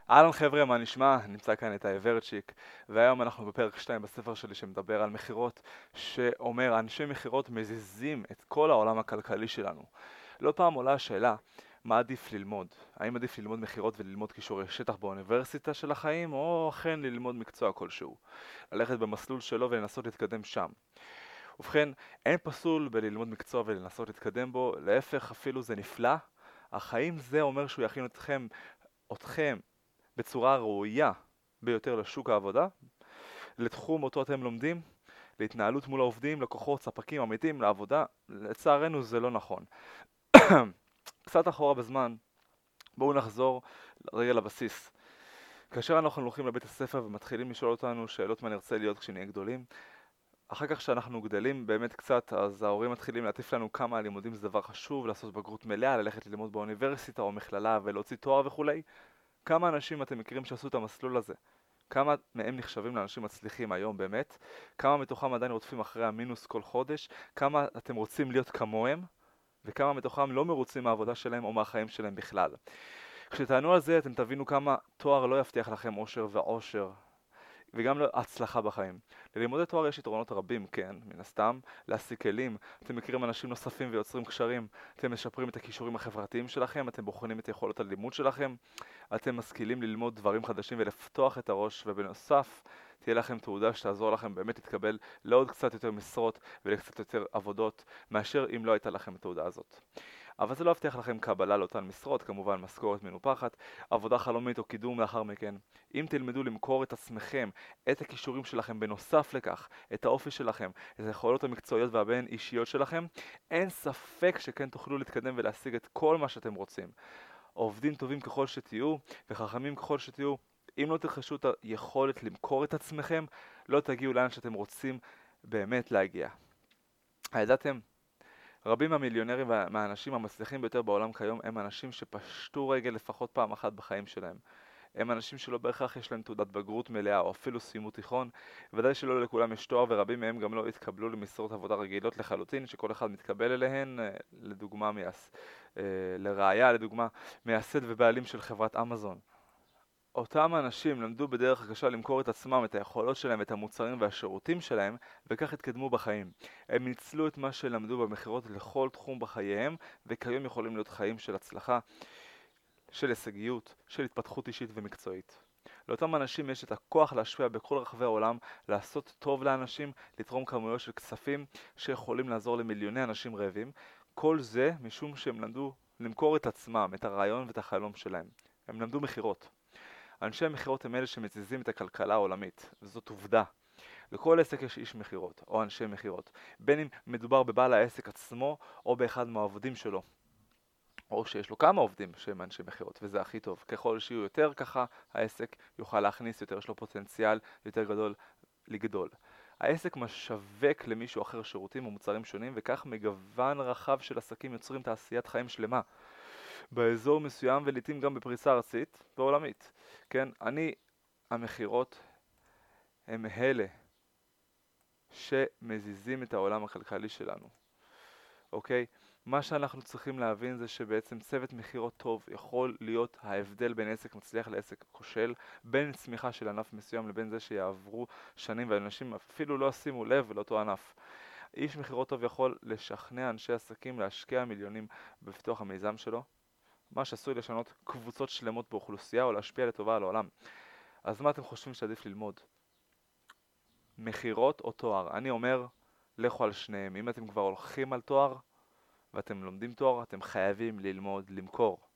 אהלן חבר'ה, מה נשמע? נמצא כאן את ורצ'יק, והיום אנחנו בפרק 2 בספר שלי שמדבר על מכירות, שאומר אנשי מכירות מזיזים את כל העולם הכלכלי שלנו. לא פעם עולה השאלה, מה עדיף ללמוד? האם עדיף ללמוד מכירות וללמוד כישורי שטח באוניברסיטה של החיים, או אכן ללמוד מקצוע כלשהו? ללכת במסלול שלו ולנסות להתקדם שם. ובכן, אין פסול בללמוד מקצוע ולנסות להתקדם בו, להפך אפילו זה נפלא. אך האם זה אומר שהוא יכין אתכם בצורה ראויה ביותר לשוק העבודה, לתחום אותו אתם לומדים, להתנהלות מול העובדים, לקוחות, ספקים, עמיתים, לעבודה? לצערנו זה לא נכון. קצת אחורה בזמן, בואו נחזור רגע לבסיס. כאשר אנחנו הולכים לבית הספר ומתחילים לשאול אותנו שאלות מה נרצה להיות כשנהיה גדולים, אחר כך שאנחנו גדלים באמת קצת, אז ההורים מתחילים להטיף לנו כמה הלימודים זה דבר חשוב, לעשות בגרות מלאה, ללכת ללמוד באוניברסיטה או מכללה ולהוציא תואר וכולי. כמה אנשים אתם מכירים שעשו את המסלול הזה? כמה מהם נחשבים לאנשים מצליחים היום באמת? כמה מתוכם עדיין רודפים אחרי המינוס כל חודש? כמה אתם רוצים להיות כמוהם? וכמה מתוכם לא מרוצים מהעבודה שלהם או מהחיים שלהם בכלל? כשתענו על זה אתם תבינו כמה תואר לא יבטיח לכם אושר ועושר וגם להצלחה בחיים. ללימודי תואר יש יתרונות רבים, כן, מן הסתם, להשיג כלים, אתם מכירים אנשים נוספים ויוצרים קשרים, אתם משפרים את הכישורים החברתיים שלכם, אתם בוחנים את יכולות הלימוד שלכם, אתם משכילים ללמוד דברים חדשים ולפתוח את הראש, ובנוסף, תהיה לכם תעודה שתעזור לכם באמת להתקבל לעוד קצת יותר משרות ולקצת יותר עבודות, מאשר אם לא הייתה לכם התעודה הזאת. אבל זה לא יבטיח לכם קבלה לאותן משרות, כמובן משכורת מנופחת, עבודה חלומית או קידום לאחר מכן. אם תלמדו למכור את עצמכם, את הכישורים שלכם, בנוסף לכך, את האופי שלכם, את היכולות המקצועיות והבין אישיות שלכם, אין ספק שכן תוכלו להתקדם ולהשיג את כל מה שאתם רוצים. עובדים טובים ככל שתהיו וחכמים ככל שתהיו, אם לא תרכשו את היכולת למכור את עצמכם, לא תגיעו לאן שאתם רוצים באמת להגיע. הידעתם? רבים מהמיליונרים והאנשים המצליחים ביותר בעולם כיום הם אנשים שפשטו רגל לפחות פעם אחת בחיים שלהם. הם אנשים שלא בהכרח יש להם תעודת בגרות מלאה או אפילו סיימו תיכון, ודאי שלא לכולם יש תואר ורבים מהם גם לא התקבלו למשרות עבודה רגילות לחלוטין שכל אחד מתקבל אליהן, לראיה לדוגמה, מייסד ובעלים של חברת אמזון. אותם אנשים למדו בדרך קשה למכור את עצמם, את היכולות שלהם, את המוצרים והשירותים שלהם, וכך התקדמו בחיים. הם ניצלו את מה שלמדו במכירות לכל תחום בחייהם, וכיום יכולים להיות חיים של הצלחה, של הישגיות, של התפתחות אישית ומקצועית. לאותם אנשים יש את הכוח להשפיע בכל רחבי העולם, לעשות טוב לאנשים, לתרום כמויות של כספים שיכולים לעזור למיליוני אנשים רעבים. כל זה משום שהם למדו למכור את עצמם, את הרעיון ואת החלום שלהם. הם למדו מכירות. אנשי המכירות הם אלה שמזיזים את הכלכלה העולמית, וזאת עובדה. לכל עסק יש איש מכירות, או אנשי מכירות, בין אם מדובר בבעל העסק עצמו, או באחד מהעובדים שלו. או שיש לו כמה עובדים שהם אנשי מכירות, וזה הכי טוב. ככל שיהיו יותר ככה, העסק יוכל להכניס יותר, יש לו פוטנציאל יותר גדול לגדול. העסק משווק למישהו אחר שירותים ומוצרים שונים, וכך מגוון רחב של עסקים יוצרים תעשיית חיים שלמה. באזור מסוים ולעיתים גם בפריסה ארצית ועולמית. כן, המכירות הם אלה שמזיזים את העולם הכלכלי שלנו. אוקיי? מה שאנחנו צריכים להבין זה שבעצם צוות מכירות טוב יכול להיות ההבדל בין עסק מצליח לעסק כושל, בין צמיחה של ענף מסוים לבין זה שיעברו שנים ואנשים אפילו לא שימו לב לאותו ענף. איש מכירות טוב יכול לשכנע אנשי עסקים להשקיע מיליונים בפיתוח המיזם שלו, מה שעשוי לשנות קבוצות שלמות באוכלוסייה או להשפיע לטובה על העולם. אז מה אתם חושבים שעדיף ללמוד? מכירות או תואר? אני אומר, לכו על שניהם. אם אתם כבר הולכים על תואר ואתם לומדים תואר, אתם חייבים ללמוד למכור.